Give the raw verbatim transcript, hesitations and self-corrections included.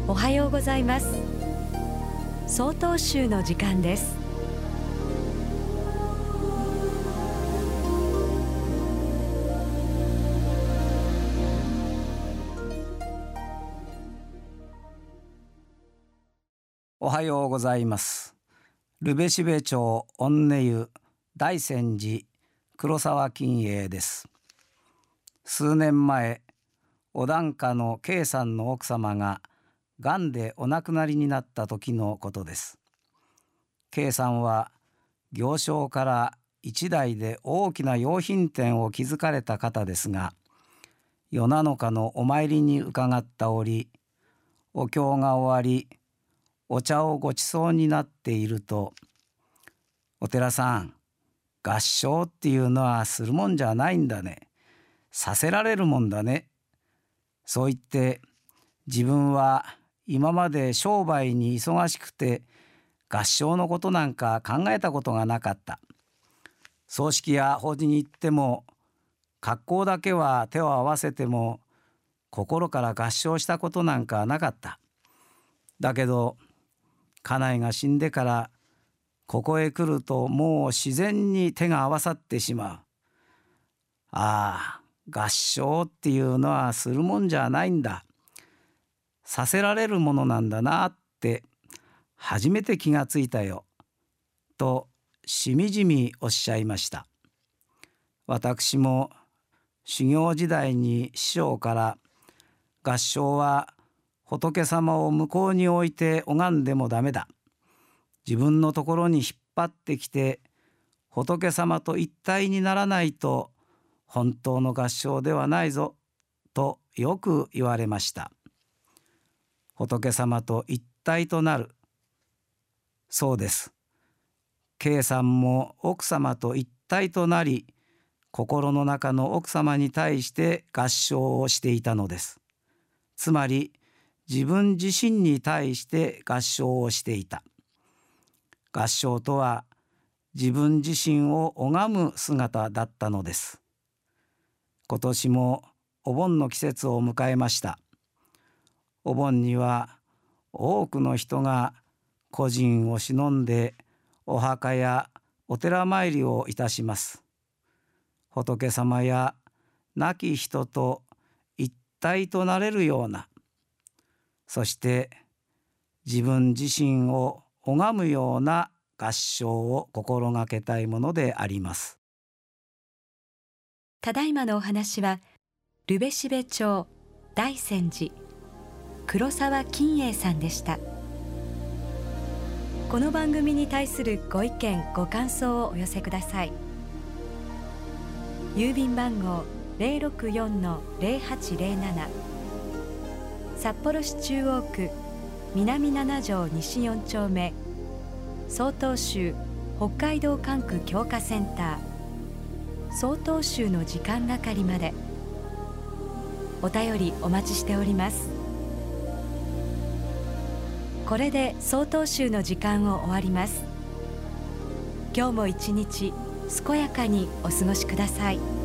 おはようございます。曹洞宗の時間です。 おはようございます。留辺蘂町恩根湯大泉寺黒沢金英です。数年前、お檀家の K さんの奥様ががんでお亡くなりになった時のことです。K さんは行商から一代で大きな洋品店を築かれた方ですが、夜七日のお参りに伺った折、お経が終わり、お茶をごちそうになっていると、お寺さん、合掌っていうのはするもんじゃないんだね。させられるもんだね。そう言って、自分は今まで商売に忙しくて、合掌のことなんか考えたことがなかった。葬式や法事に行っても、格好だけは手を合わせても、心から合掌したことなんかなかった。だけど、家内が死んでからここへ来るともう自然に手が合わさってしまう。ああ、合掌っていうのはするもんじゃないんだ。させられるものなんだなって初めて気がついたよ。としみじみおっしゃいました。私も修行時代に師匠から合掌は仏様を向こうに置いて拝んでもダメだ。自分のところに引っ張ってきて仏様と一体にならないと本当の合掌ではないぞとよく言われました。仏様と一体となる。そうです。Kさんも奥様と一体となり、心の中の奥様に対して合掌をしていたのです。つまり、自分自身に対して合掌をしていた。合掌とは自分自身を拝む姿だったのです。今年もお盆の季節を迎えました。お盆には多くの人が故人を偲んでお墓やお寺参りをいたします。仏様や亡き人と一体となれるような、そして自分自身を拝むような合掌を心がけたいものであります。 ただいまのお話は、留辺蘂町大泉寺黒沢金英さんでした。この番組に対するご意見ご感想をお寄せください。郵便番号 ゼロろくよんのゼロはちゼロなな、札幌市中央区南なな条西よん丁目、曹洞宗北海道管区強化センター曹洞宗の時間係まで。お便りお待ちしております。これで曹洞宗の時間を終わります。今日も一日健やかにお過ごしください。